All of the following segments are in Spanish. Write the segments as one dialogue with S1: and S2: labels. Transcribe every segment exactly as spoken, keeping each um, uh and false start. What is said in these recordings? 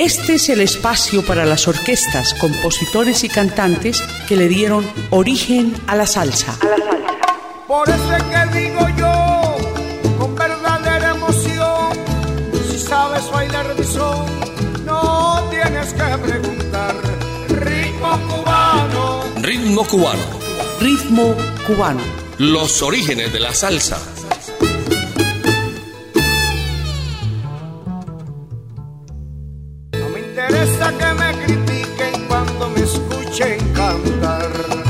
S1: Este es el espacio para las orquestas, compositores y cantantes que le dieron origen a la salsa. A la salsa.
S2: Por eso es que digo yo, con verdadera emoción, si sabes bailar de son, no tienes que preguntar. Ritmo cubano.
S3: Ritmo cubano.
S1: Ritmo cubano.
S3: Los orígenes de la salsa.
S2: No me interesa que me critiquen cuando me escuchen cantar.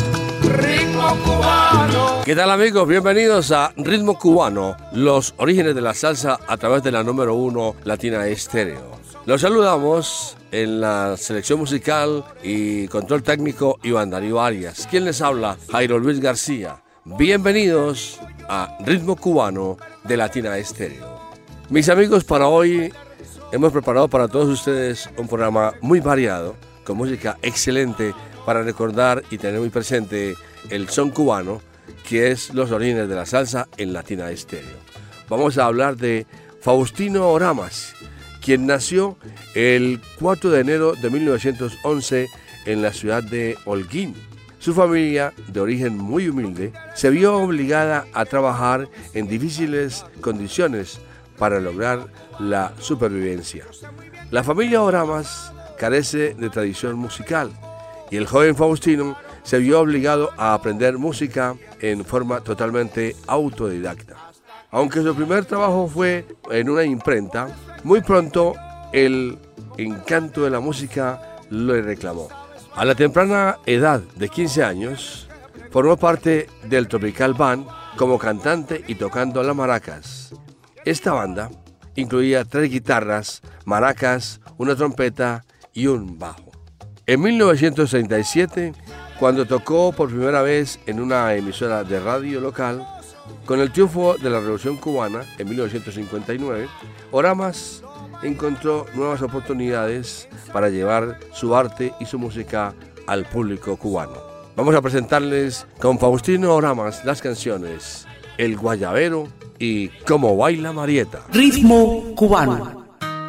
S2: Ritmo cubano.
S3: ¿Qué tal, amigos? Bienvenidos a Ritmo Cubano, los orígenes de la salsa a través de la número uno Latina Estéreo. Los saludamos en la selección musical y control técnico Iván Darío Arias. ¿Quién les habla? Jairo Luis García. Bienvenidos a Ritmo Cubano de Latina Estéreo. Mis amigos, para hoy hemos preparado para todos ustedes un programa muy variado, con música excelente para recordar y tener muy presente el son cubano, que es los orígenes de la salsa en Latina Estéreo. Vamos a hablar de Faustino Oramas, quien nació el cuatro de enero de mil novecientos once en la ciudad de Holguín. Su familia, de origen muy humilde, se vio obligada a trabajar en difíciles condiciones para lograr la supervivencia. La familia Oramas carece de tradición musical y el joven Faustino se vio obligado a aprender música en forma totalmente autodidacta. Aunque su primer trabajo fue en una imprenta, muy pronto el encanto de la música lo reclamó. A la temprana edad de quince años, formó parte del Tropical Band como cantante y tocando las maracas. Esta banda incluía tres guitarras, maracas, una trompeta y un bajo. En mil novecientos treinta y siete, cuando tocó por primera vez en una emisora de radio local, con el triunfo de la Revolución Cubana en mil novecientos cincuenta y nueve, Oramas encontró nuevas oportunidades para llevar su arte y su música al público cubano. Vamos a presentarles con Faustino Oramas las canciones El Guayabero y Cómo Baila Marieta.
S1: Ritmo cubano.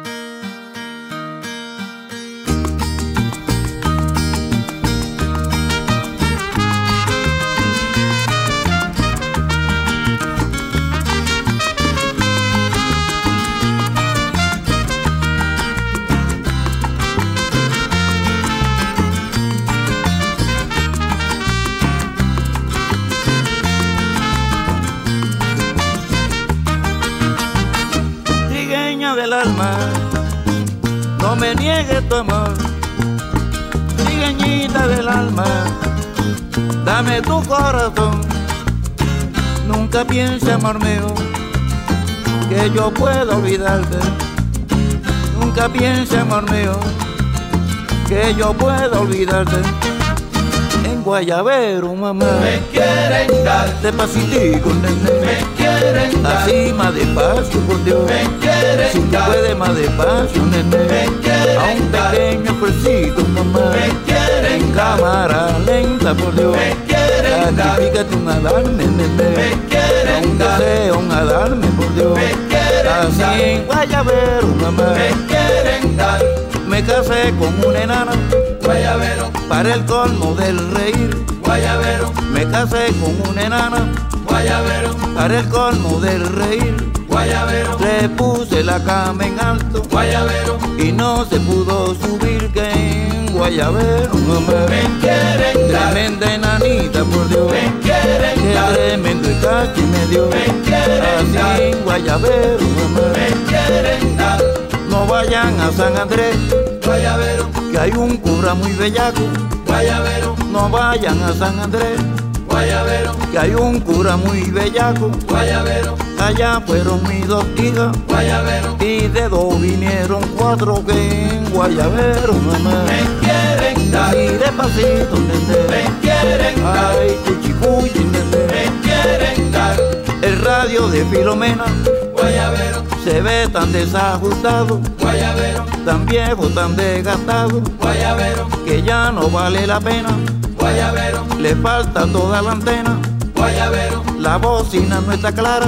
S4: No me niegues tu amor, trigueñita del alma, dame tu corazón. Nunca pienses, amor mío, que yo puedo olvidarte. Nunca pienses, amor mío, que yo puedo olvidarte. En Guayabero, mamá,
S2: me quieren dar
S4: despacitico, nene,
S2: me quieren dar
S4: así más despacio, por Dios,
S2: me quieren
S4: si tú puedes más despacio, nene,
S2: me quieren
S4: a un
S2: dar
S4: pequeño esfuercito, mamá,
S2: me quieren
S4: en cámara lenta, por Dios,
S2: me quieren dar
S4: sacrifícate un adarme, nene,
S2: me quieren
S4: a un
S2: dar
S4: deseo, un adarme, por Dios,
S2: me quieren
S4: así
S2: dar
S4: en Guayabero, mamá,
S2: me quieren dar
S4: me casé con una enana,
S2: Guayabero,
S4: para el colmo del reír.
S2: Guayabero,
S4: Me casé con una enana,
S2: Guayabero,
S4: para el colmo del reír.
S2: Guayabero,
S4: Le puse la cama en alto
S2: Guayabero,
S4: y no se pudo subir, que en Guayabero, mamá,
S2: me quieren dar
S4: tremenda enanita, por Dios,
S2: me quieren
S4: que
S2: dar
S4: tremendo cachi me dio.
S2: me quieren dar
S4: Así en Guayabero, mamá,
S2: me quieren dar
S4: no vayan a San Andrés,
S2: Guayabero,
S4: que hay un cura muy bellaco.
S2: Guayabero,
S4: No vayan a San Andrés,
S2: Guayabero,
S4: que hay un cura muy bellaco.
S2: Guayabero,
S4: Allá fueron mis dos hijas
S2: Guayabero,
S4: y de dos vinieron cuatro, que en Guayabero, mamá,
S2: me quieren dar
S4: y despacito, nene,
S2: me quieren dar
S4: ay, cuchicuchi, nene,
S2: me quieren dar
S4: el radio de Filomena
S2: Guayabero,
S4: se ve tan desajustado,
S2: Guayabero,
S4: tan viejo, tan desgastado,
S2: Guayabero,
S4: que ya no vale la pena,
S2: Guayabero,
S4: le falta toda la antena,
S2: Guayabero,
S4: la bocina no está clara,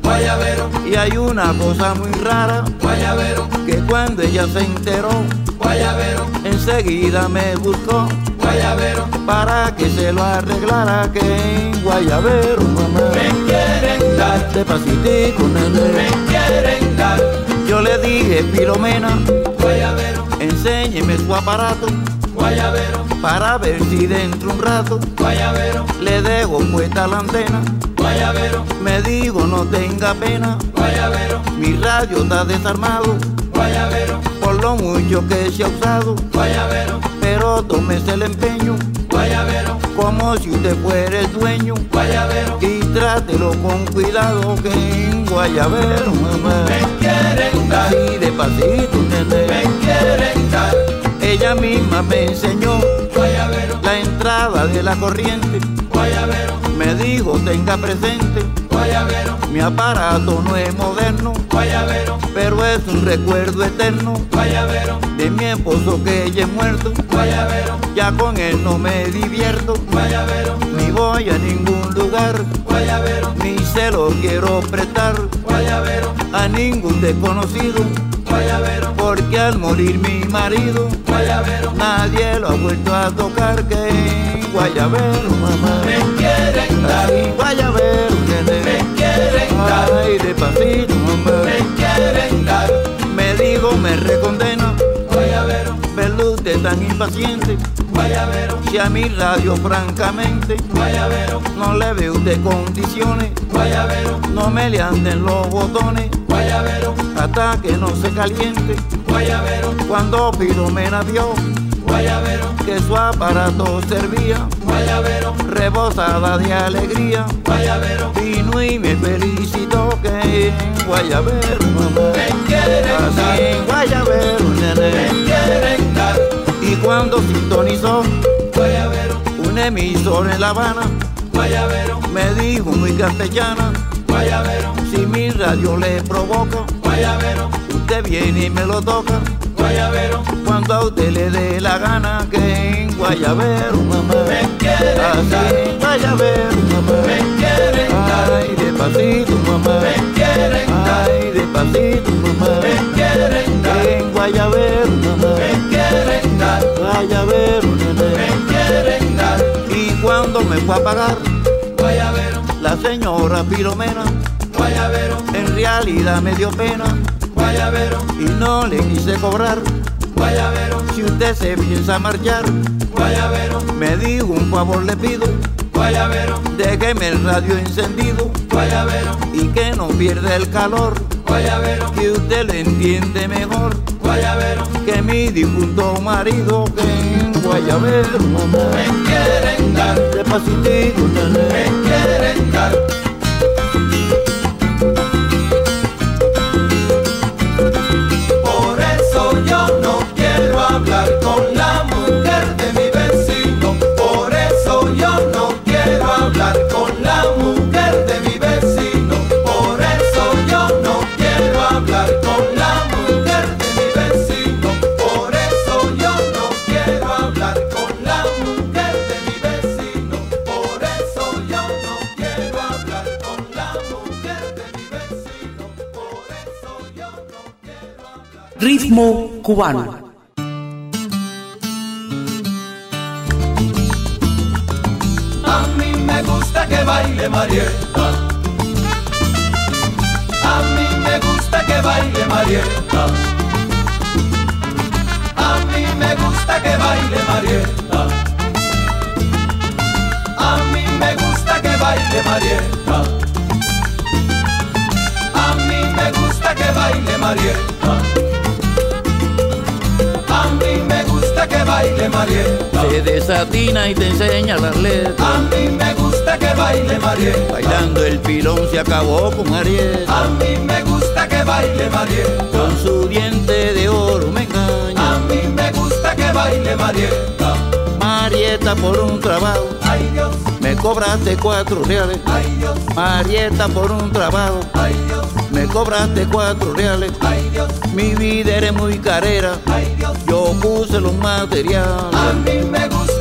S4: guayabero. Y hay una cosa muy rara, guayabero, que cuando ella se enteró, guayabero, enseguida me buscó, guayabero, para que se lo arreglara, que en guayabero, mamá, me quieren dar, despacitico, nene, me quieren dar. Yo le dije, Filomena, guayabero, enséñeme su aparato, guayabero, para ver si dentro un rato, guayabero, le dejo puesta la antena, guayabero. Me digo, no tenga pena, guayabero, mi radio está desarmado, guayabero, por lo mucho que se ha usado, guayabero, pero tómese el empeño, guayabero, como si usted fuera el dueño, guayabero, y trátelo con cuidado, que en guayabero, mamá, me quieren dar, así despacito, nene, me quieren dar. Ella misma me enseñó, guayabero, la entrada de la corriente, guayabero, me dijo, tenga presente, guayabero, mi aparato no es moderno, guayabero, pero es un recuerdo eterno, guayabero, de mi esposo que ya es muerto, guayabero, ya con él no me divierto, guayabero, ni voy a ningún lugar, guayabero, ni se lo quiero prestar, guayabero, a ningún desconocido, guayabero, porque al morir mi marido, guayabero, nadie lo ha vuelto a tocar, que en guayabero, mamá, me quieren dar, ay, guayabero, nene, me quieren dar, ay, despacito, mamá, me quieren dar. Me digo, me recondena, guayabero, verlo usted tan impaciente, guayabero, si a mi radio francamente, guayabero, no le ve usted condiciones, guayabero, no me le anden los botones, guayabero, hasta que no se caliente, guayabero, cuando Filomena vio, guayabero, que su aparato servía, guayabero, rebosada de alegría, guayabero, vino y me felicitó, que en guayabero, mamá, me quieren dar, así en guayabero, nene, me quieren dar. Y cuando sintonizó, guayabero, un emisor en La Habana, guayabero, me dijo muy castellana, guayabero, si mi radio le provoca, guayabero, usted viene y me lo toca, guayabero, cuando a usted le dé la gana, que en guayabero, mamá, me quieren así dar, en guayabero, mamá, me quieren dar, ay, despacito, mamá, me quieren dar, ay, despacito, mamá, me quieren dar, en guayabero, mamá, me quieren dar, guayabero, nene, me quieren dar. Y cuando me fue a pagar, guayabero, la señora Filomena, guayabero, en realidad me dio pena, guayabero, y no le quise cobrar, guayabero, si usted se piensa marchar, guayabero, me dijo, un favor le pido, guayabero, déjeme el radio encendido, guayabero, y que no pierda el calor, guayabero, que usted lo entiende mejor, guayabero, que mi difunto marido, que en guayabero, mamá, me quieren dar, despacitico, nene, me quieren dar. Por eso yo no quiero hablar con la mujer de mi vecino, por eso yo no quiero hablar con la mujer de mi vecino, por eso yo no quiero hablar con la mujer de mi vecino, por eso yo no quiero hablar con la mujer de mi vecino, por eso yo no quiero hablar con la mujer de mi vecino, por eso yo no quiero hablar.
S1: Ritmo cubano.
S4: A mí me gusta que baile Marieta, a mí me gusta que baile Marieta, a mí me gusta que baile Marieta, a mí me gusta que baile Marieta, a mí me gusta que baile Marieta, a mí me gusta que baile Marieta, se desatina y te enseña las letras, a mí me gusta que baile Marieta, bailando el pilón se acabó con Marieta, a mí me gusta que baile Marieta, con su diente de oro me engaña, a mí me gusta que baile Marieta, Marieta por un trabajo, ay Dios, me cobraste cuatro reales, ay Dios, Marieta por un trabajo, ay Dios, me cobraste cuatro reales, ay Dios, mi vida eres muy carera, ay Dios, yo puse los materiales, a mí me gusta que baile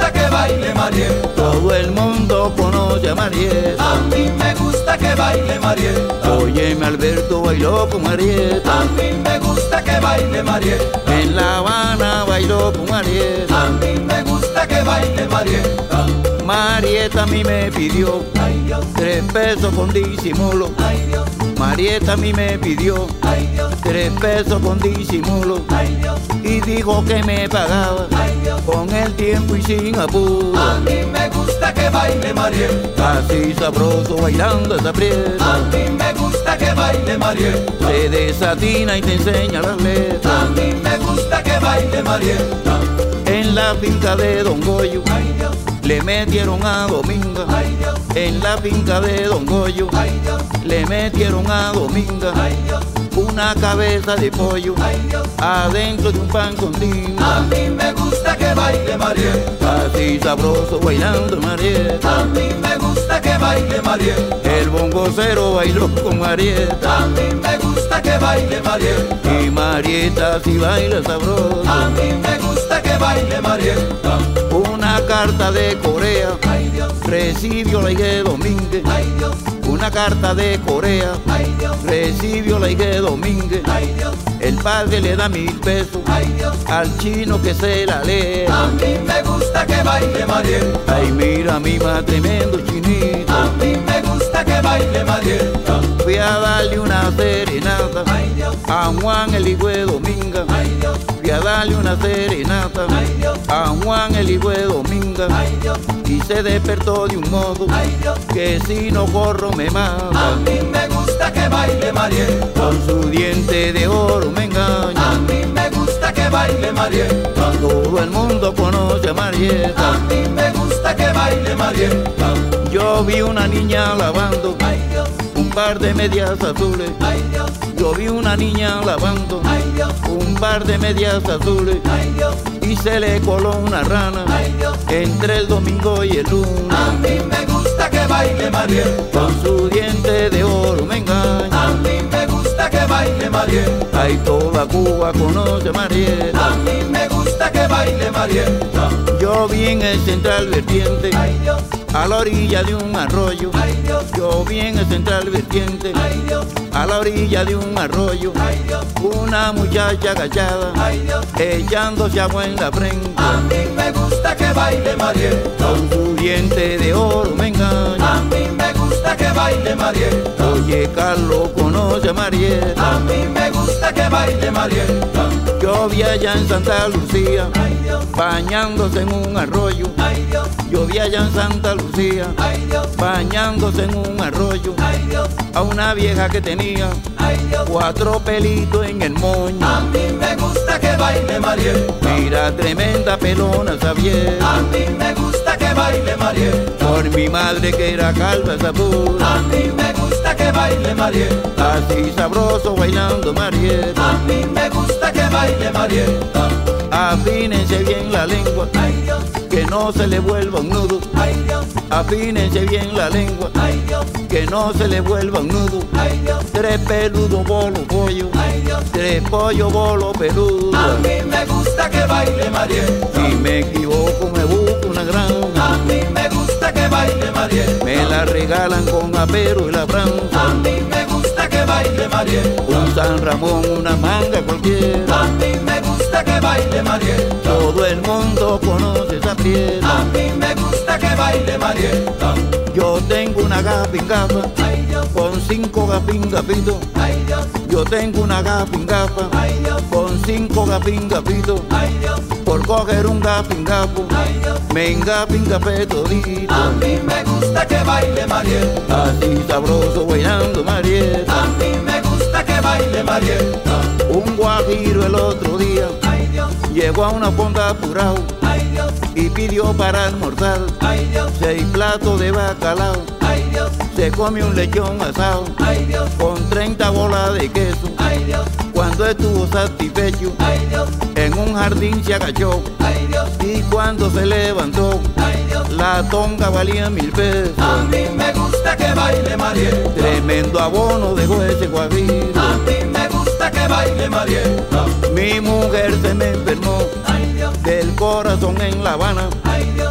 S4: baile Marieta. Todo el mundo conoce a Marieta. A mí me gusta que baile Marieta. Óyeme, Alberto bailó con Marieta. A mí me gusta que baile Marieta. En La Habana bailó con Marieta. A mí me gusta que baile Marieta. Marieta a mí me pidió ay, Dios, tres pesos con disimulo. Ay, Dios. Marieta a mí me pidió ay, Dios, tres pesos con disimulo. Ay, Dios. Y dijo que me pagaba ay, Dios, con el tiempo y sin apuro. A mí me gusta que baile Marieta. Así sabroso bailando esa prieta. A mí me gusta que baile Marieta. Se desatina y te enseña las letras. A mí me gusta que baile Marieta. En la finca de Don Goyo ay, Dios, le metieron a Dominga. Ay, Dios. En la finca de Don Goyo ay, Dios, le metieron a Dominga. Ay, Dios, una cabeza de pollo ay, Dios, adentro de un pan con tinta. A mí me gusta que baile Marieta. Así sabroso bailando Marieta. A mí me gusta que baile Marieta. El bongocero bailó con Marieta. A mí me gusta que baile Marieta. Y Marieta si baila sabroso. A mí me gusta que baile Marieta. Una carta de Corea ay, Dios, recibió la hija de Domínguez. Ay, Dios. Una carta de Corea ay, Dios, recibió la hija de Domínguez. Ay, Dios. El padre le da mil pesos ay, Dios, al chino que se la lee. A mí me gusta que baile Marieta. Ay, mira mi más tremendo chinito. A mí me gusta que baile Marieta. Fui a darle una serenata ay, Dios, a Juan el hijo de Dominga. Ay, Dios. Fui a darle una serenata ay, Dios, a Juan el hijo de Dominga. Ay, Dios. Y se despertó de un modo ay, Dios, que si no corro me mata. A mí me gusta que baile Marieta. Con su diente de oro me engaña. A mí me gusta que baile Marieta. Todo el mundo conoce a Marieta. A mí me gusta que baile Marieta. Yo vi una niña lavando ay, Dios, un par de medias azules. Ay, Dios. Yo vi una niña lavando ay, Dios, un par de medias azules. Ay, Dios. Y se le coló una rana ay, Dios, entre el domingo y el lunes. A mí me gusta que baile Marieta. Con su diente de oro me engaña. A mí me gusta que baile Marieta. Ay, toda Cuba conoce a Marieta. A mí me gusta que baile Marieta. Yo vi en el central vertiente ay, Dios, a la orilla de un arroyo. Ay, Dios. Yo vi en el central vertiente ay, Dios, a la orilla de un arroyo. Ay, Dios. Una muchacha agachada ay, Dios, echándose agua en la frente. A mí me gusta que baile Marieta. Con su diente de oro me engaña. A mí me gusta que baile Marieta. Oye, Carlos conoce a Marieta. A mí me gusta que baile Marieta. Yo vi allá en Santa Lucía ay, Dios, bañándose en un arroyo. Ay, Dios. Yo vi allá en Santa Lucía ay, Dios, bañándose en un arroyo. Ay, Dios. A una vieja que tenía ay, Dios, cuatro pelitos en el moño. A mí me gusta que baile Marieta. Mira, tremenda pelona esa vieja. A mí me gusta que baile Marieta. Por mi madre que era calva esa pura. A mí me gusta que baile Marieta. Así sabroso bailando Marieta. A mí me gusta que baile Marieta. Afínense bien la lengua ay, Dios, que no se le vuelva un nudo. Ay, Dios. Afínense bien la lengua ay, Dios, que no se le vuelva un nudo. Ay, Dios. Tres peludos bolo pollo ay, Dios, tres pollo bolo peludo. A mí me gusta que baile Marieta. Si me equivoco me busco una granja. A mí me gusta que baile Marieta. Me la regalan con apero y la branza. A mí me gusta que baile Marieta. Un San Ramón, una manga cualquiera. A mí me gusta que baile Marieta. Todo el mundo conoce esa piedra. A mí me gusta que baile Marieta. Yo tengo una gafingapa ay, Dios, con cinco gafingapito. Ay, Dios. Yo tengo una gafingapa ay, Dios, con cinco gafingapito. Ay, Dios. Por coger un gafingafo ay, Dios, me engafingapé todito. A mí me gusta que baile Marieta. Así sabroso bailando Marieta. A mí me gusta que baile Marieta. Un guajiro el otro día ay, Dios, llegó a una fonda apurado ay, Dios, y pidió para almorzar ay, Dios, seis platos de bacalao. Ay, Dios. Se come un lechón asado ay, Dios, con treinta bolas de queso. Ay, Dios. Cuando estuvo satisfecho ay, Dios, en un jardín se agachó. Ay, Dios. Y cuando se levantó ay, Dios, la tonga valía mil pesos. A mí me gusta que baile Marieta. Tremendo abono dejó ese guajiro. A mí me gusta que baile Marieta. Mi mujer se me enfermó ay, Dios, del corazón en La Habana. Ay, Dios. El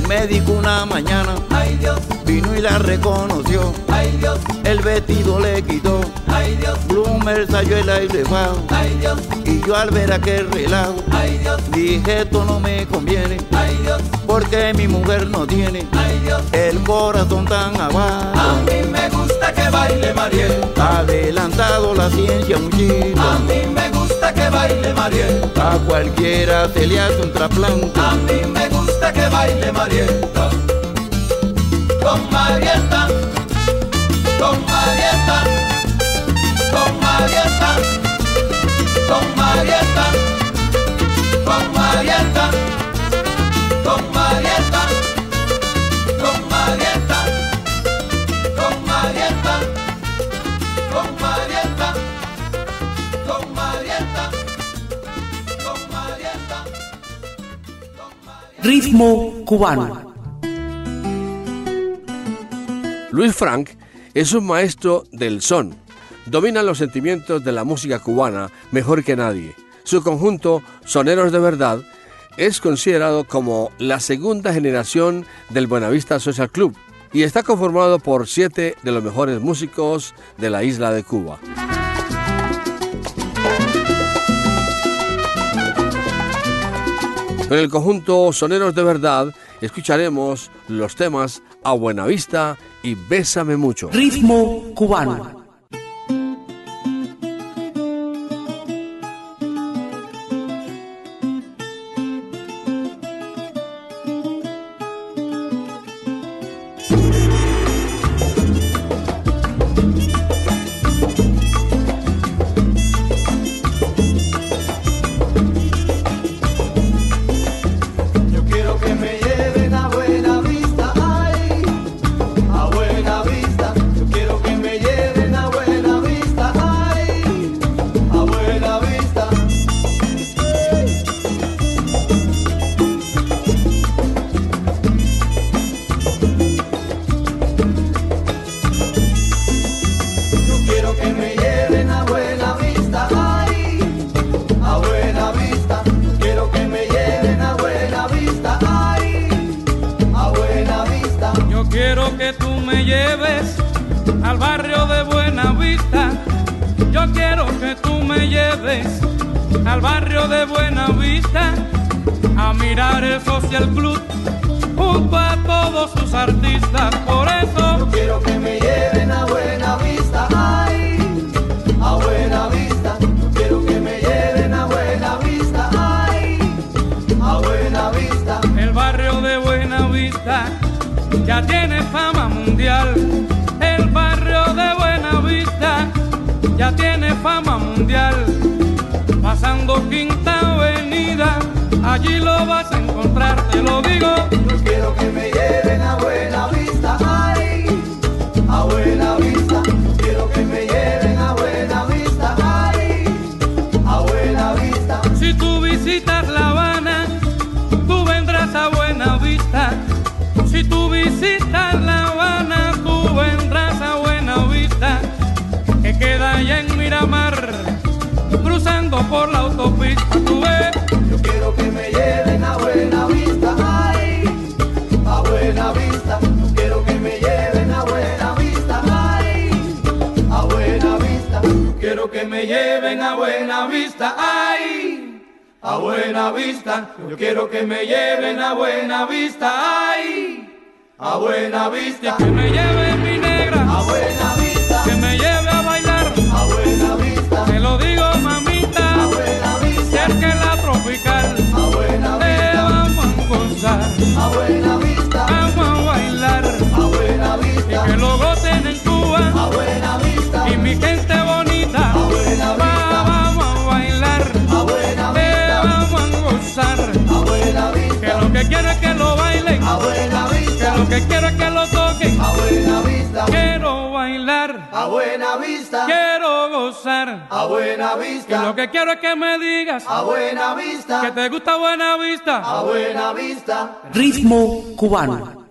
S4: Un médico una mañana,
S5: ay Dios,
S4: vino y la reconoció,
S5: ay Dios,
S4: el vestido le quitó,
S5: ay Dios,
S4: Bloomer salió el aire bajo,
S5: ay Dios,
S4: y yo al ver aquel relajo,
S5: ay Dios,
S4: dije esto no me conviene,
S5: ay Dios,
S4: porque mi mujer no tiene
S5: ay Dios,
S4: el corazón tan abajo.
S5: a mí me gusta que baile Mariel,
S4: Adelantado la ciencia muchito,
S5: a mí me gusta que baile Mariel,
S4: a cualquiera se le hace un trasplante.
S5: a mí me gusta que baile Marieta, con Marieta, con Marieta, con Marieta, con Marieta, con Marieta, con Marieta, con Marieta, con Marieta, con Marieta, con Marieta, con Marieta.
S1: Ritmo cubano.
S3: Luis Frank es un maestro del son. Domina los sentimientos de la música cubana mejor que nadie. Su conjunto, Soneros de Verdad, es considerado como la segunda generación del Buenavista Social Club y está conformado por siete de los mejores músicos de la isla de Cuba. Con el conjunto Soneros de Verdad escucharemos los temas A Buenavista y Bésame Mucho.
S1: Ritmo cubano.
S6: Al barrio de Buenavista, yo quiero que tú me lleves al barrio de Buenavista a mirar el Social Club junto a todos sus artistas. Por eso
S5: yo quiero que me lleven a Buenavista, ay, a Buenavista. Yo quiero que me lleven a Buenavista, ay, a Buenavista.
S6: El barrio de Buenavista ya tiene fama mundial. El barrio de Buenavista ya tiene fama mundial. Pasando Quinta Avenida, allí lo vas a encontrar, te lo digo.
S5: Yo quiero que me lleven a Buenavista, ay, a Buenavista. Yo quiero que me lleven a Buenavista, ay, a Buenavista.
S6: Si tú visitas La Habana, tú vendrás a Buenavista. Si tú visitas La Habana, tú vendrás a Buenavista, que queda allá en Miramar, cruzando por la autopista. Tú ves.
S5: Yo quiero que me lleven a Buenavista, ay, a Buenavista. Yo quiero que me lleven a Buenavista, ay, a Buenavista. Yo quiero que me lleven a Buenavista, ay, a Buenavista. Yo quiero que me lleven a Buenavista, ay, a Buenavista.
S6: Que me lleve mi negra
S5: a Buenavista,
S6: que me lleve a bailar
S5: a Buenavista.
S6: Te lo digo, mamita,
S5: a Buenavista,
S6: cerca en la tropical,
S5: a Buenavista,
S6: te vamos a gozar,
S5: a Buenavista,
S6: vamos a bailar,
S5: a Buenavista,
S6: y que lo gocen en Cuba,
S5: a Buenavista,
S6: y mi gente bonita,
S5: a Buenavista,
S6: va, vamos a bailar,
S5: a Buenavista,
S6: te vamos a gozar,
S5: a Buenavista,
S6: que lo que quiero es que lo bailen,
S5: a Buenavista,
S6: que lo que quiero es que lo toquen,
S5: a Buenavista,
S6: quiero bailar,
S5: a Buenavista,
S6: quiero gozar,
S5: a Buenavista,
S6: que lo que quiero es que me digas
S5: a Buenavista,
S6: que te gusta Buenavista.
S5: a Buenavista.
S1: Ritmo cubano.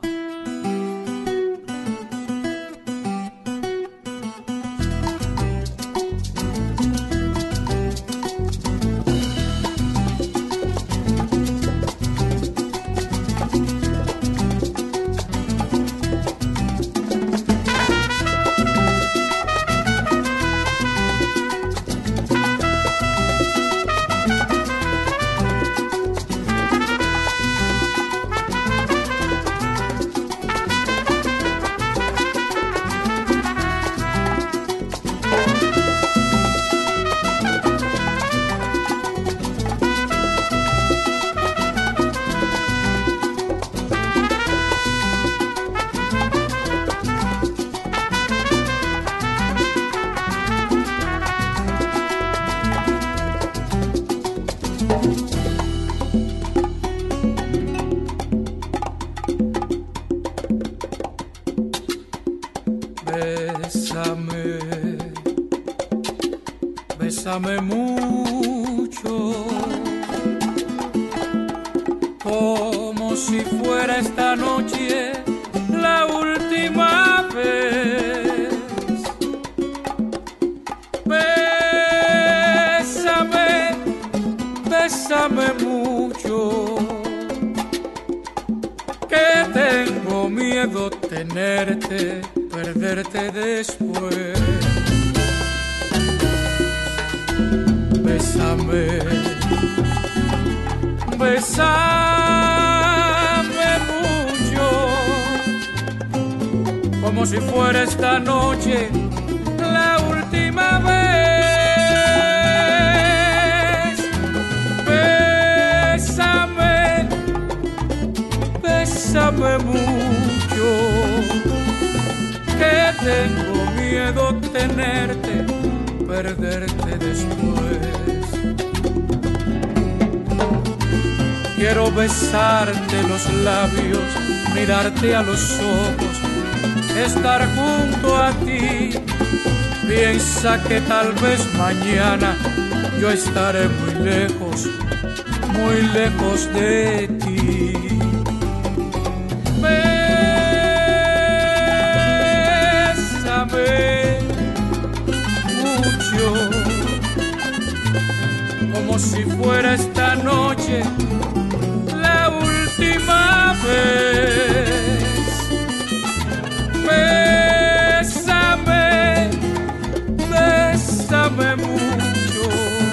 S6: Bésame, bésame mucho, como si fuera esta noche la última vez. Bésame, bésame mucho, que tengo miedo tenerte, perderte después. Bésame, bésame mucho, como si fuera esta noche la última vez. Bésame, bésame mucho, que tengo miedo tenerte, perderte después. Quiero besarte los labios, mirarte a los ojos, estar junto a ti. Piensa que tal vez mañana yo estaré muy lejos, muy lejos de ti. Bésame mucho, como si fuera esta noche la última vez. Bésame, bésame mucho,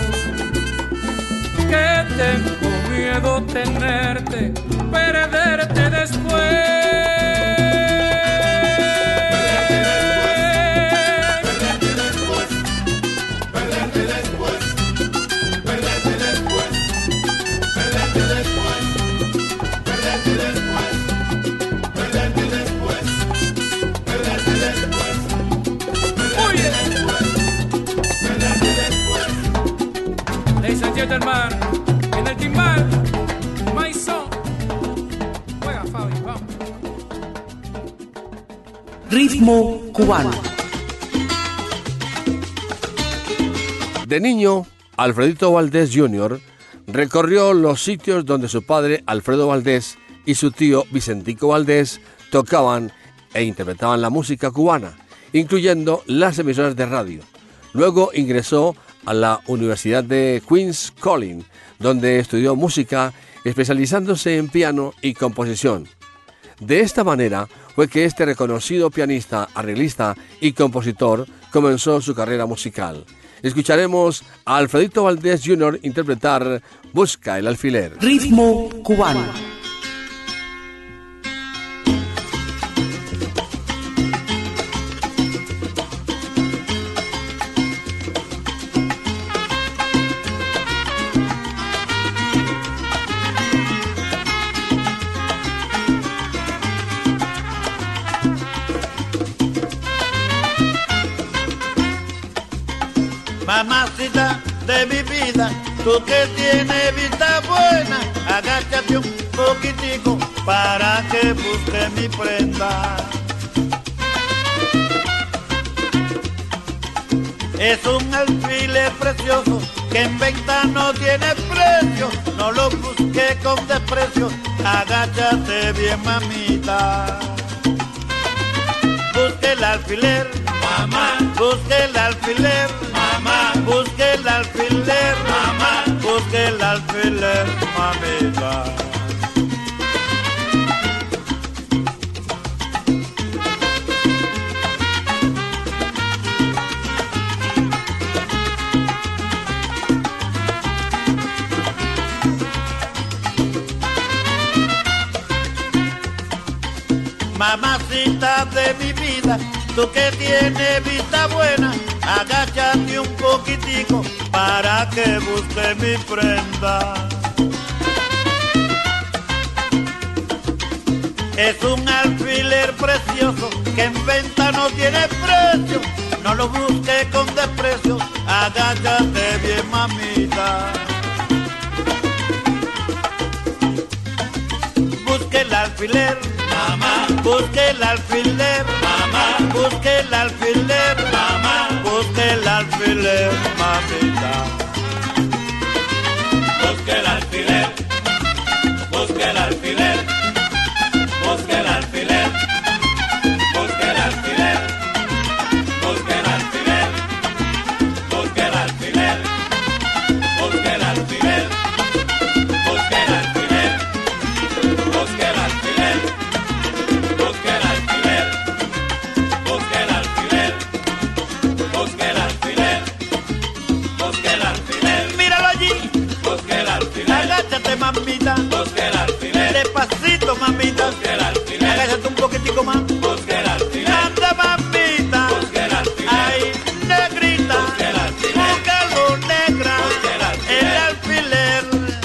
S6: que tengo miedo tenerte, perderte después. Gentleman, en el timbal, Maison. Juega, Fabi, vamos.
S1: Ritmo cubano.
S3: De niño, Alfredito Valdés junior recorrió los sitios donde su padre, Alfredo Valdés, y su tío, Vicentico Valdés, tocaban e interpretaban la música cubana, incluyendo las emisoras de radio. Luego ingresó a la Universidad de Queens College, donde estudió música, especializándose en piano y composición. De esta manera fue que este reconocido pianista, arreglista y compositor comenzó su carrera musical. Escucharemos a Alfredito Valdés junior interpretar Busca el alfiler.
S1: Ritmo cubano.
S4: Mamacita de mi vida, tú que tienes vista buena, agáchate un poquitico para que busque mi prenda. Es un alfiler precioso que en venta no tiene precio, no lo busque con desprecio, agáchate bien, mamita. Busque el alfiler, mamá, busque el alfiler, mamá, busque el alfiler, mamá, busque el alfiler, mamita. Mamacita de mi vida, tú que tienes vista buena, agáchate un poquitico para que busque mi prenda. Es un alfiler precioso que en venta no tiene precio, no lo busque con desprecio, agáchate bien, mamita. alfiler, mamá, busque el alfiler, mamá, busque el alfiler, mamá, busque el alfiler, mamita.
S7: Busque el alfiler, busque el alfiler, busque el alfiler, busque el alfiler, busque el alfiler, busque el alfiler, busque el alfiler, busque el alfiler, busque el alfiler, busque el alfiler, busque el alfiler, busque el alfiler, busque el alfiler.
S4: Míralo allí.
S7: Agáchate,
S4: mamita,
S7: busque el alfiler.
S4: Despacito, mamita,
S7: busque el alfiler.
S4: Agáchate un poquitico más,
S7: busque el alfiler.
S4: Anda, mamita,
S7: busque el alfiler.
S4: Ay, negrita,
S7: busque el alfiler.
S4: búscalo, negra,
S7: busque el alfiler.
S4: el alfiler.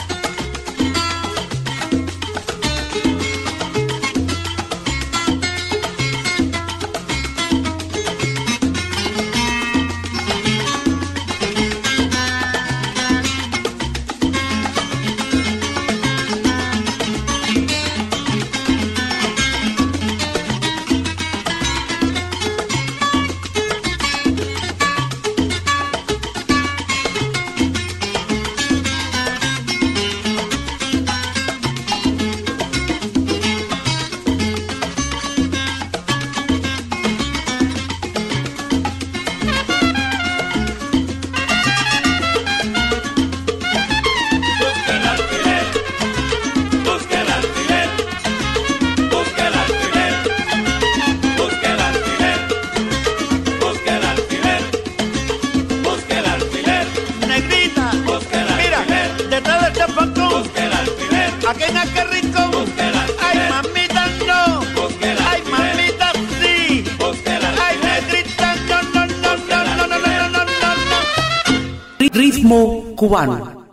S1: Ritmo cubano.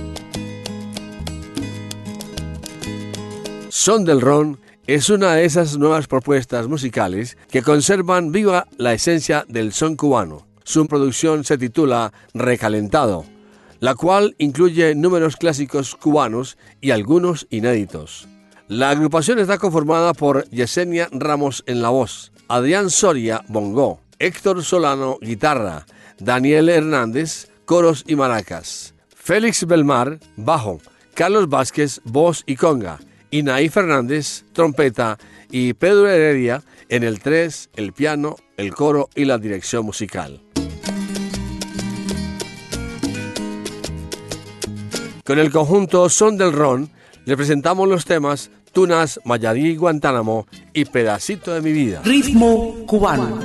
S3: Son del Ron es una de esas nuevas propuestas musicales que conservan viva la esencia del son cubano. Su producción se titula Recalentado, la cual incluye números clásicos cubanos y algunos inéditos. La agrupación está conformada por Yesenia Ramos en la voz, Adrián Soria bongo, Héctor Solano guitarra, Daniel Hernández coros y maracas, Félix Belmar bajo, Carlos Vázquez voz y conga, Inaí Fernández trompeta y Pedro Heredia en el tres, el piano, el coro y la dirección musical. Con el conjunto Son del Ron le presentamos los temas Tunas, Mayarí y Guantánamo y Pedacito de mi vida.
S1: Ritmo cubano.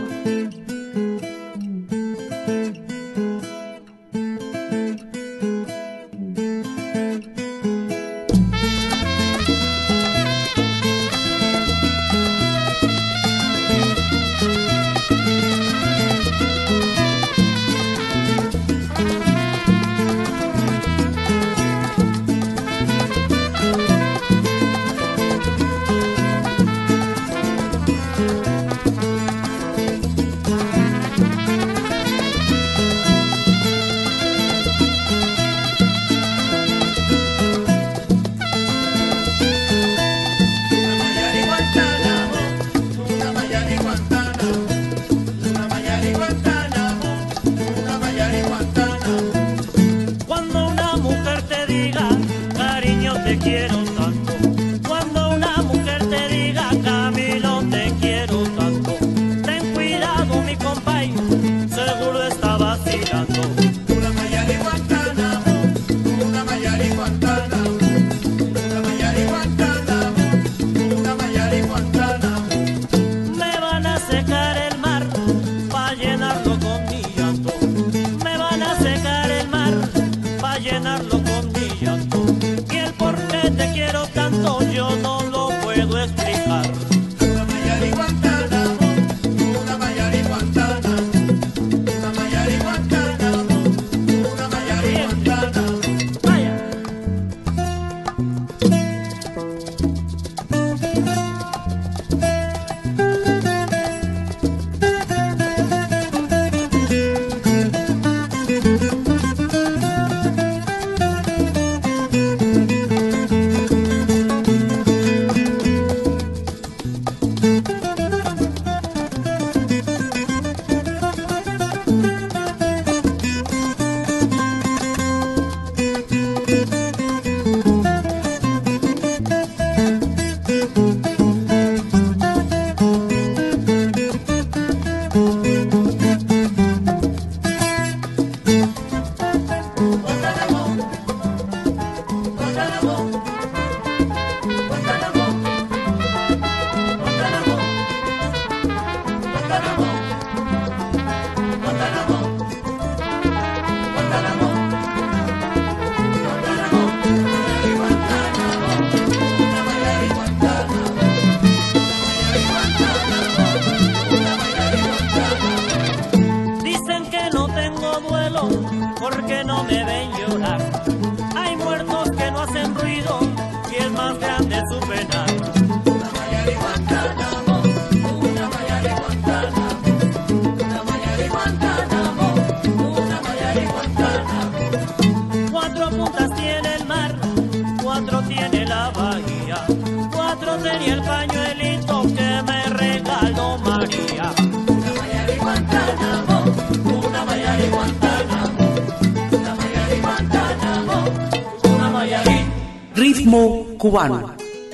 S8: patas tiene el mar, cuatro tiene la bahía, cuatro tenía el pañuelito que me regaló María. Una malla de Guantánamo, una malla de Guantánamo, una malla de Guantánamo, una malla de...
S1: Ritmo cubano.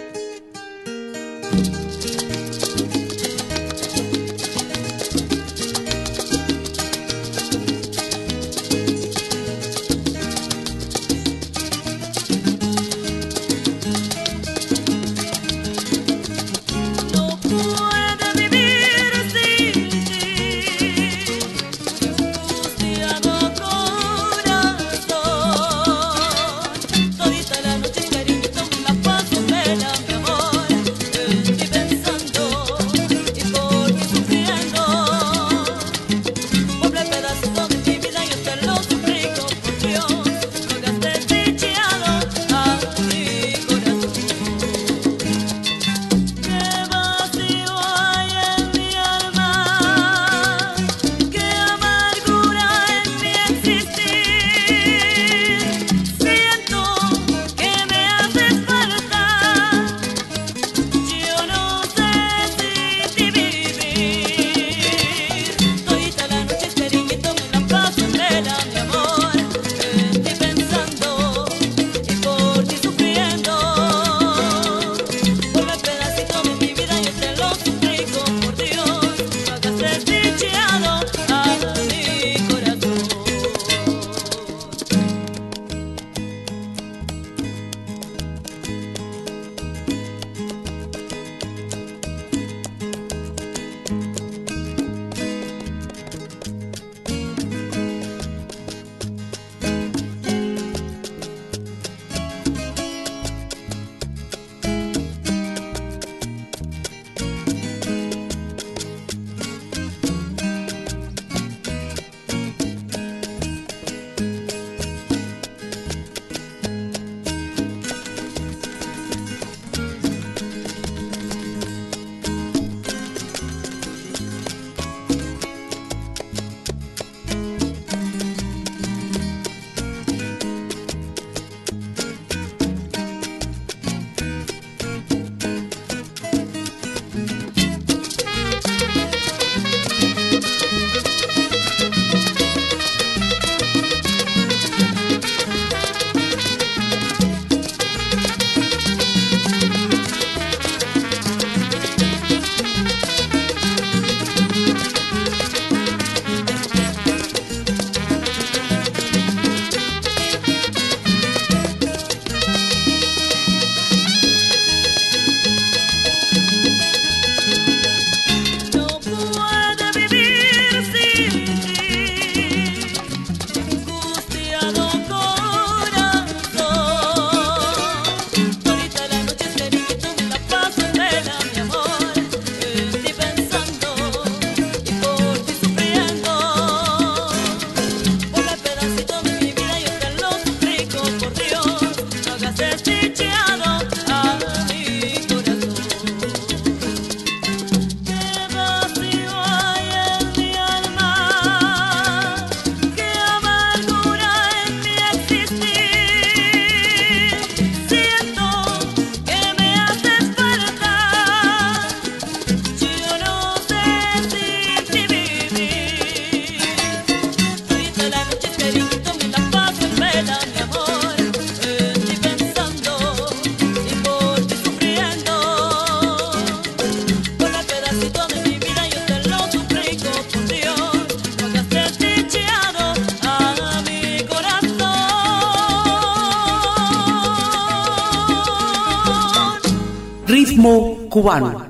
S1: Ritmo cubano.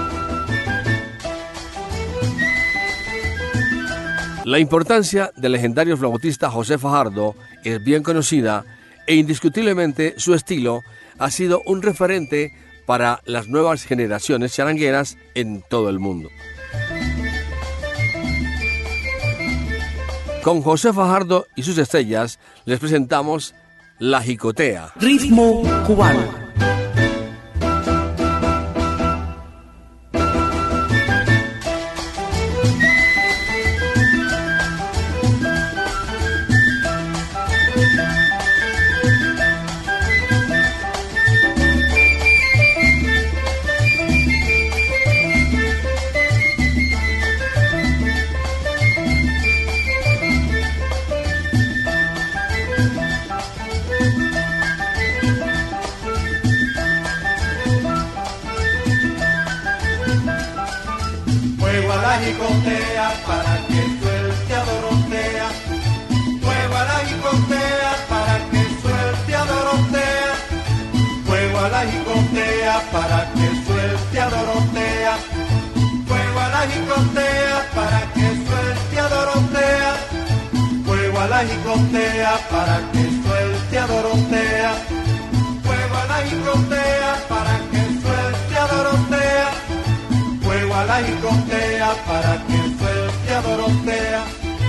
S3: La importancia del legendario flautista José Fajardo es bien conocida e indiscutiblemente su estilo ha sido un referente para las nuevas generaciones charangueras en todo el mundo. Con José Fajardo y sus estrellas les presentamos La Jicotea.
S1: Ritmo cubano.
S5: la jicotea para que suelte a Dorotea. Fuego a la jicotea para que suelte a Dorotea. Fuego a la jicotea para que suelte a Dorotea. Fuego a la jicotea para que suelte a Dorotea. Fuego a la jicotea para que suelte a Dorotea. Fuego a la jicotea para que suelte a Dorotea. Fuego a la jicotea para que suelte a Dorotea.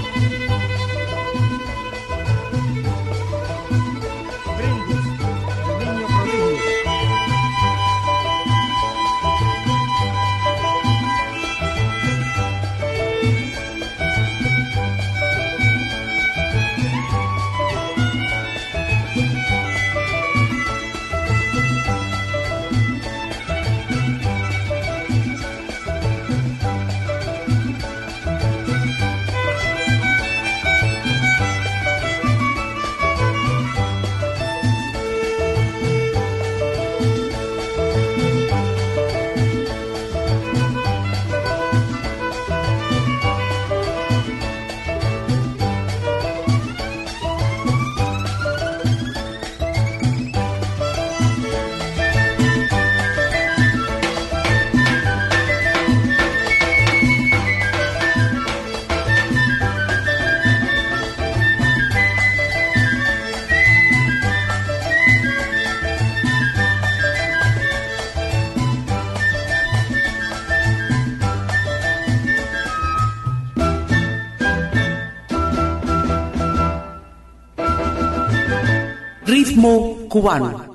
S1: Ritmo cubano.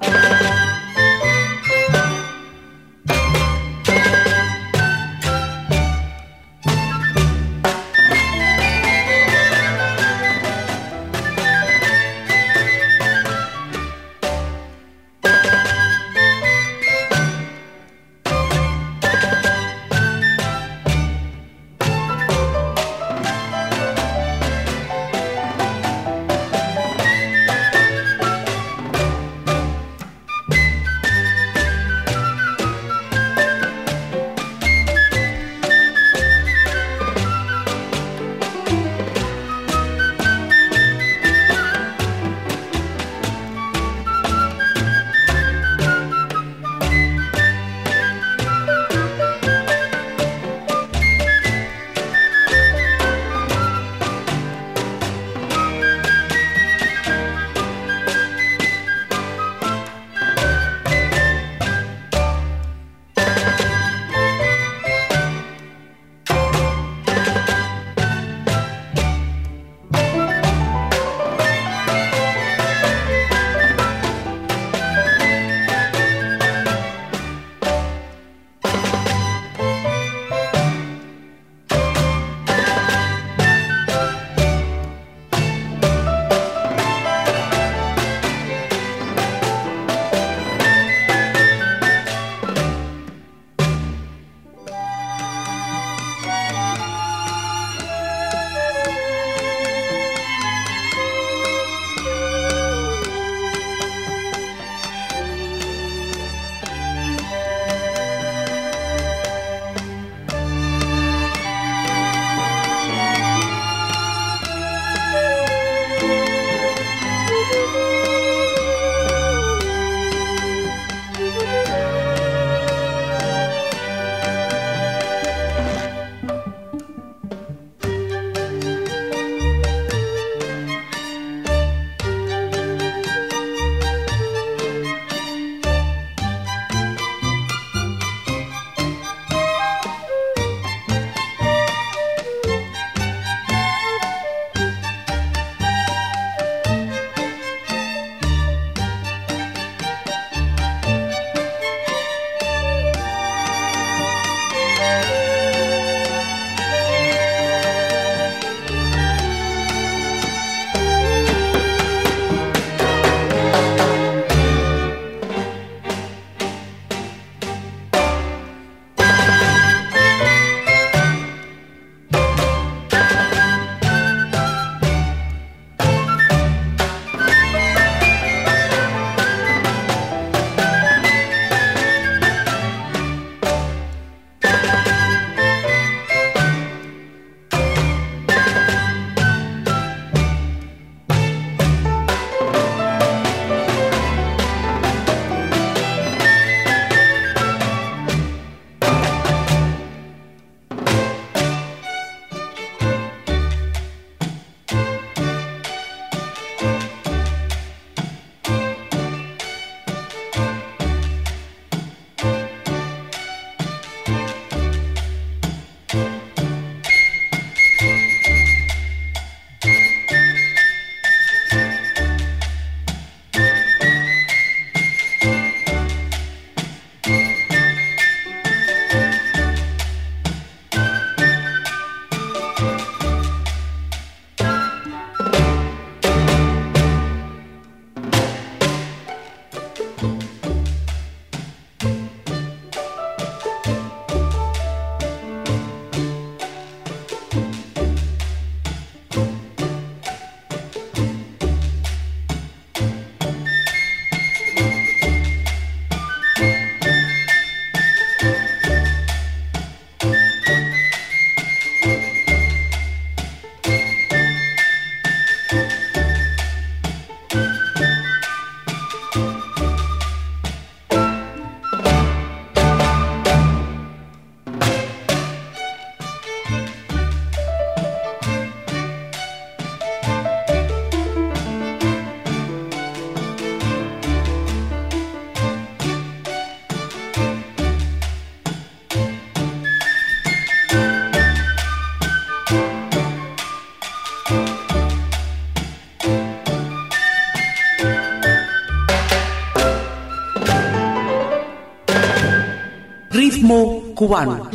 S1: Ritmo cubano.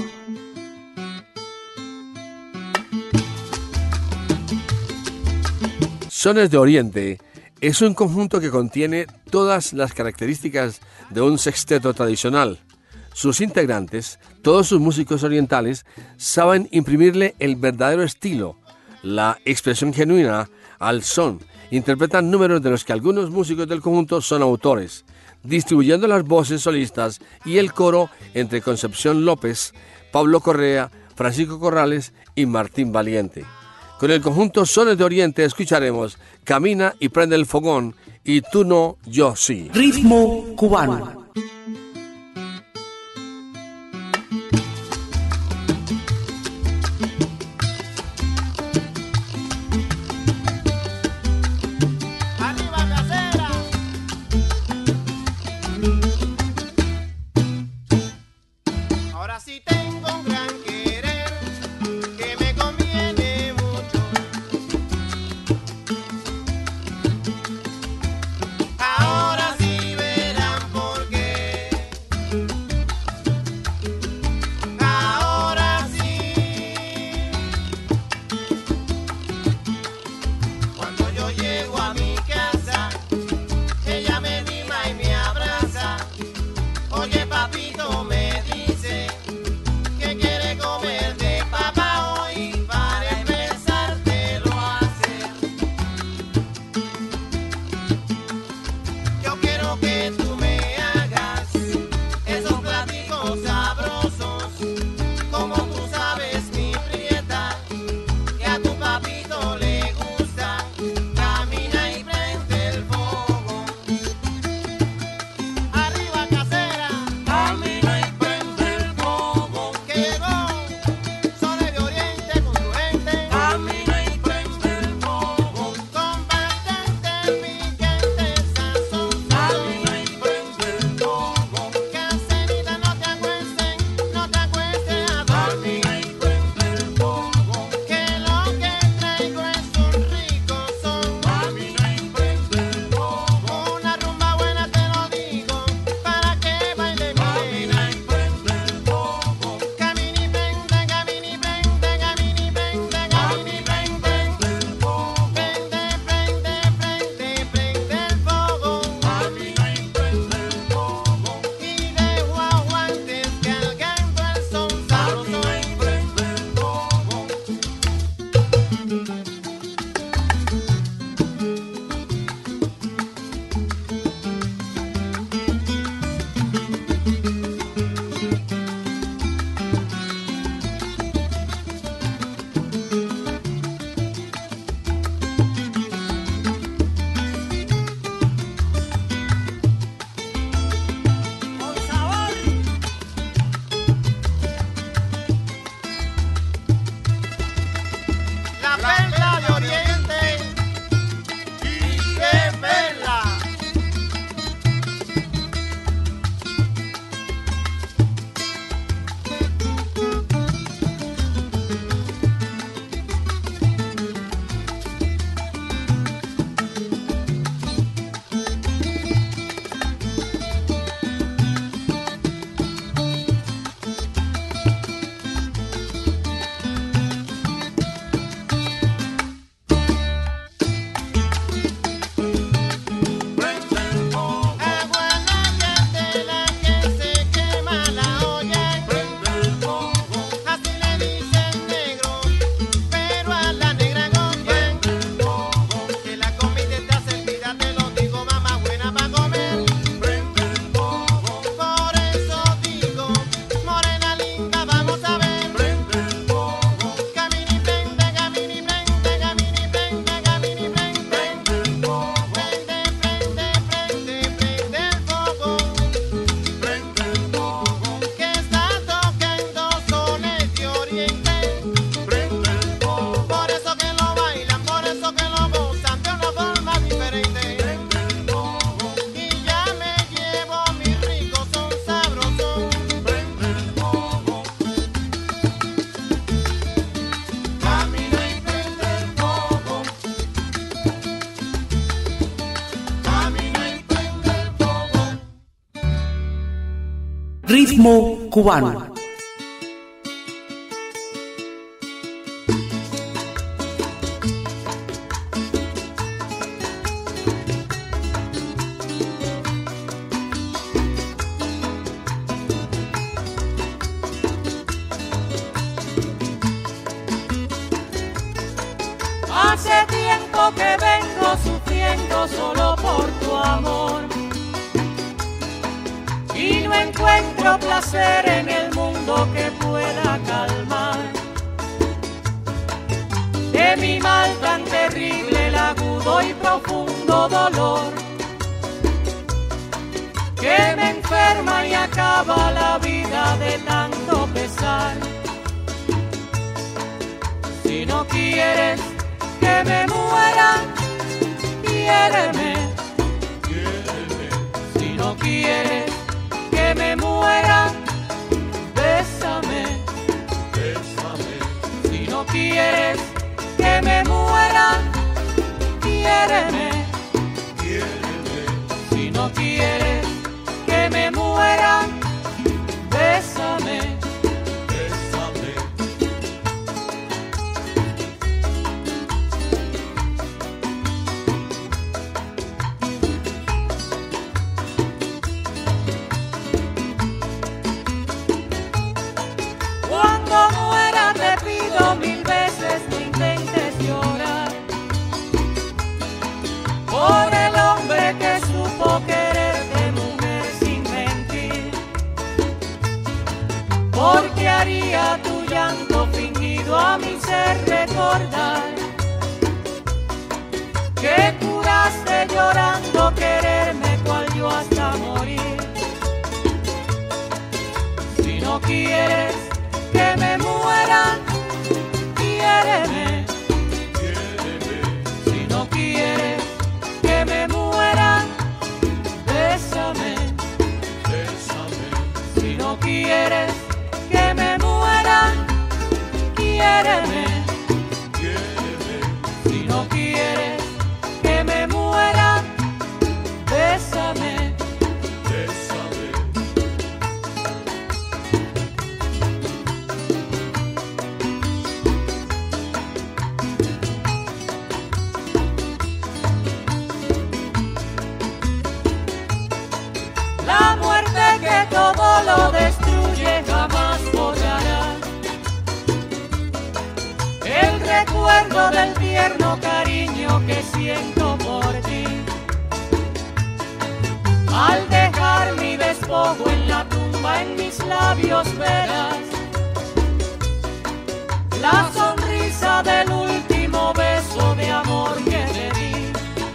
S3: Sones de Oriente es un conjunto que contiene todas las características de un sexteto tradicional. Sus integrantes, todos sus músicos orientales, saben imprimirle el verdadero estilo, la expresión genuina al son. Interpretan números de los que algunos músicos del conjunto son autores, distribuyendo las voces solistas y el coro entre Concepción López, Pablo Correa, Francisco Corrales y Martín Valiente. Con el conjunto Sones de Oriente escucharemos Camina y prende el fogón y Tú no, yo sí.
S1: Ritmo cubano.
S9: Ahora sí verán por qué.
S1: Ritmo cubano.
S8: Hace tiempo que vengo sufriendo solo por tu amor y no encuentro placer en el mundo que pueda calmar de mi mal tan terrible, el agudo y profundo dolor que me enferma y acaba la vida de tanto pesar. Si no quieres que me muera, quiéreme. Quiéreme. Si no quieres que me muera, bésame. Bésame. Si no quieres que me muera, quiéreme. Quiéreme. Si no quieres que me muera, bésame. Bésame. Mil veces no intentes llorar por el hombre que supo quererte, mujer, sin mentir, porque haría tu llanto fingido a mi ser recordar que juraste llorando quererme cual yo hasta morir. Si no quieres que me muera, quiéreme. Quiéreme. Si no quieres que me muera, bésame. Bésame. Si no quieres que me muera, quiéreme. Quiéreme. Si no quieres que me muera, bésame. Bésame. La muerte que todo lo destruye jamás borrará el recuerdo del tierno cariño que siento por ti. Al dejar mi despojo en la tumba, en mis labios verás la sonrisa del último beso de amor que te di.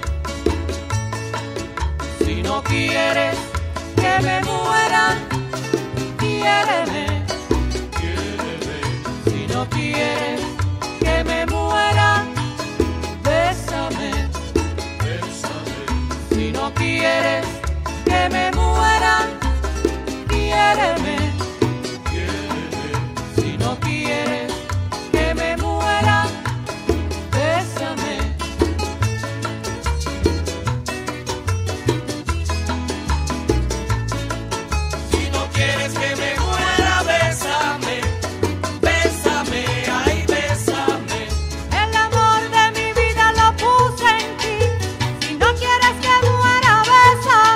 S8: Si no quieres que me muera, quiéreme. Quiéreme. Si no quieres que me muera, bésame. Bésame. Si no quieres que me muera, quiéreme. Quiéreme. Si no quieres que me muera, bésame. Si no quieres que me muera, bésame, bésame, ay, bésame. El amor de mi vida lo puse en ti. Si no quieres que muera, bésame.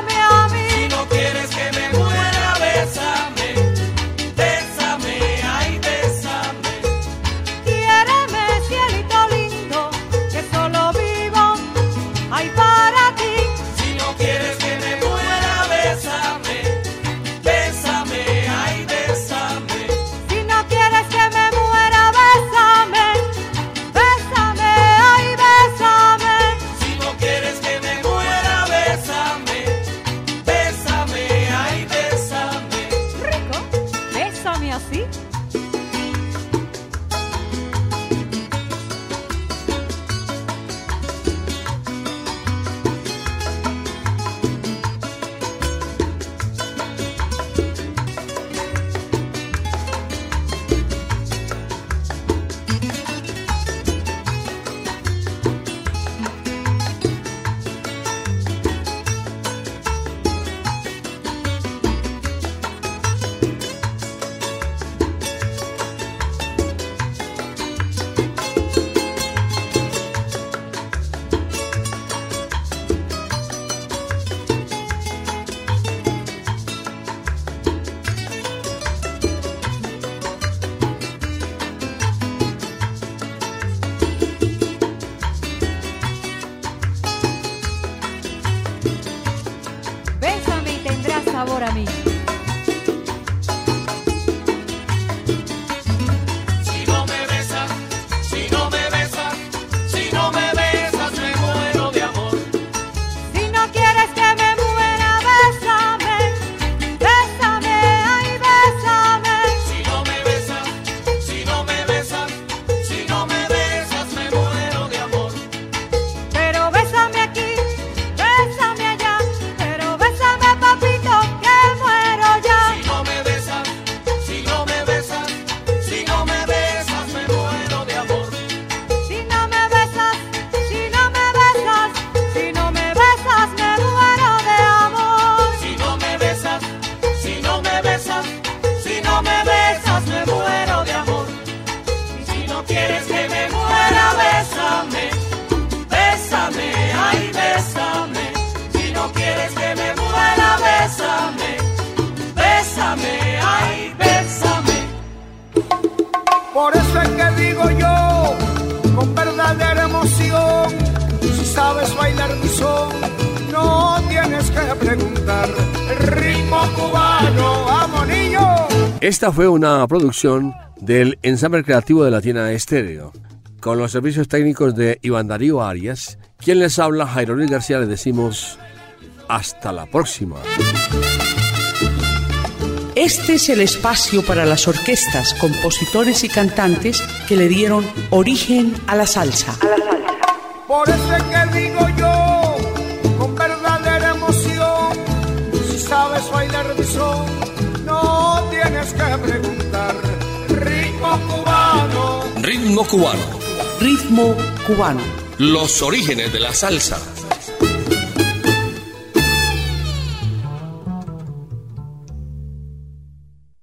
S9: sabor a mí.
S7: Si no me besas, si no me besas, si no me besas, me muero de amor.
S9: Si no quieres que me muera, bésame, bésame, ay, bésame.
S7: Si no me besas, si no me besas, si no me besas, me muero de amor.
S9: Pero bésame aquí, bésame allá, pero bésame, papito, que muero ya.
S7: Si no me besas, si no me besas, si no me besas, me muero de amor.
S9: Si no me besas, si no me besas, si no me besas, me muero de amor.
S7: Si no me besas, si no me besas, si no me besas, me muero de amor. Y si no quieres que me muera, bésame, bésame, ay, bésame. Si no quieres que me muera, bésame, bésame, ay, bésame.
S2: Por eso es que digo yo, con verdadera emoción, si sabes bailar mi son, no tienes que preguntar. El ritmo cubano, vamos niño.
S3: Esta fue una producción del ensamble creativo de Latina Estéreo, con los servicios técnicos de Iván Darío Arias. Quien les habla, Jairo Luis García, les decimos hasta la próxima.
S1: Este es el espacio para las orquestas, compositores y cantantes que le dieron origen a la salsa.
S2: Por eso es que digo yo, con verdadera emoción, si sabes bailar mi son, no tienes que preguntar. Ritmo cubano.
S3: Ritmo cubano.
S1: Ritmo cubano.
S3: Los orígenes de la salsa.